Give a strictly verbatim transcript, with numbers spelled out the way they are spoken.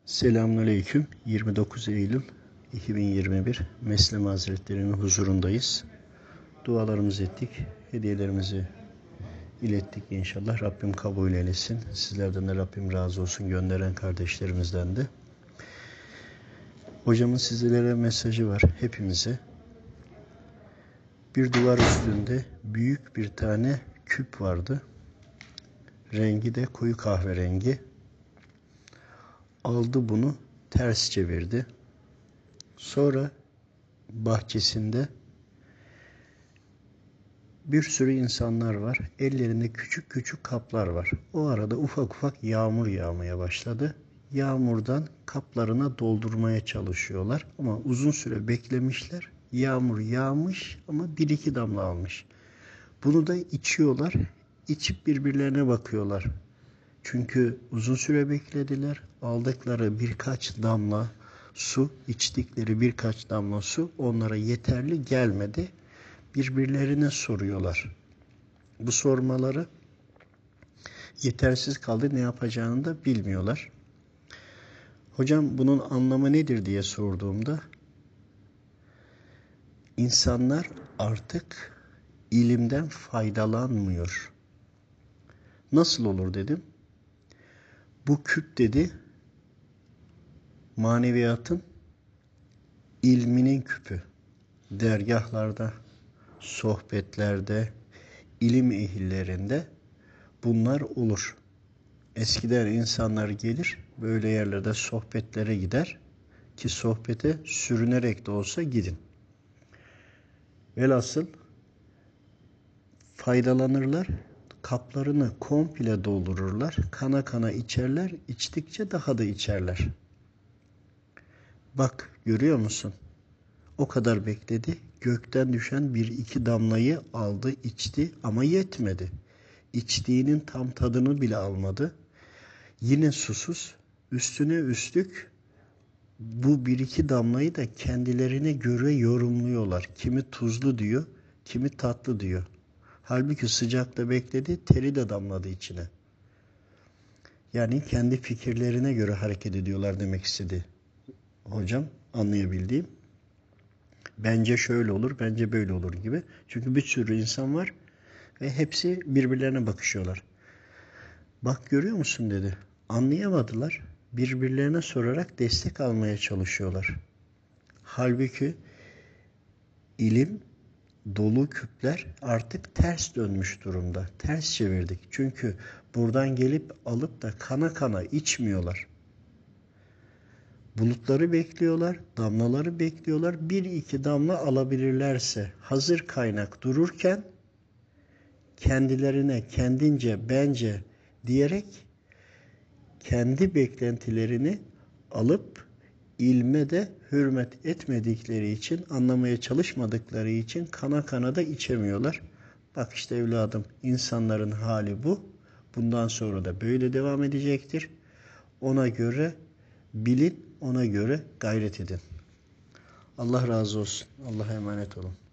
Selamünaleyküm. yirmi dokuz Eylül iki bin yirmi bir Meslem Hazretleri'nin huzurundayız. Dualarımızı ettik, hediyelerimizi ilettik inşallah. Rabbim kabul eylesin. Sizlerden de Rabbim razı olsun, gönderen kardeşlerimizden de. Hocamın sizlere mesajı var hepimize. Bir duvar üstünde büyük bir tane küp vardı. Rengi de koyu kahverengi. Aldı bunu, ters çevirdi. Sonra bahçesinde bir sürü insanlar var. Ellerinde küçük küçük kaplar var. O arada ufak ufak yağmur yağmaya başladı. Yağmurdan kaplarına doldurmaya çalışıyorlar. Ama uzun süre beklemişler. Yağmur yağmış ama bir iki damla almış. Bunu da içiyorlar. İçip birbirlerine bakıyorlar. Çünkü uzun süre beklediler. Aldıkları birkaç damla su, içtikleri birkaç damla su onlara yeterli gelmedi. Birbirlerine soruyorlar. Bu sormaları yetersiz kaldı. Ne yapacağını da bilmiyorlar. Hocam bunun anlamı nedir diye sorduğumda insanlar artık ilimden faydalanmıyor. Nasıl olur dedim. Bu küp dedi maneviyatın ilminin küpü. Dergahlarda, sohbetlerde, ilim ehillerinde bunlar olur. Eskiden insanlar gelir, böyle yerlerde sohbetlere gider ki sohbete sürünerek de olsa gidin. Velhasıl faydalanırlar, kaplarını komple doldururlar, kana kana içerler, içtikçe daha da içerler. Bak görüyor musun? O kadar bekledi. Gökten düşen bir iki damlayı aldı, içti ama yetmedi. İçtiğinin tam tadını bile almadı. Yine susuz, üstüne üstlük bu bir iki damlayı da kendilerine göre yorumluyorlar. Kimi tuzlu diyor, kimi tatlı diyor. Halbuki sıcakta bekledi, teri de damladı içine. Yani kendi fikirlerine göre hareket ediyorlar demek istedi. Hocam anlayabildiğim. Bence şöyle olur, bence böyle olur gibi. Çünkü bir sürü insan var ve hepsi birbirlerine bakışıyorlar. Bak görüyor musun dedi. Anlayamadılar. Birbirlerine sorarak destek almaya çalışıyorlar. Halbuki ilim dolu küpler artık ters dönmüş durumda. Ters çevirdik. Çünkü buradan gelip alıp da kana kana içmiyorlar. Bulutları bekliyorlar, damlaları bekliyorlar. Bir iki damla alabilirlerse hazır kaynak dururken kendilerine kendince bence diyerek kendi beklentilerini alıp ilme de hürmet etmedikleri için, anlamaya çalışmadıkları için kana kana da içemiyorlar. Bak işte evladım, insanların hali bu. Bundan sonra da böyle devam edecektir. Ona göre bilin, ona göre gayret edin. Allah razı olsun. Allah'a emanet olun.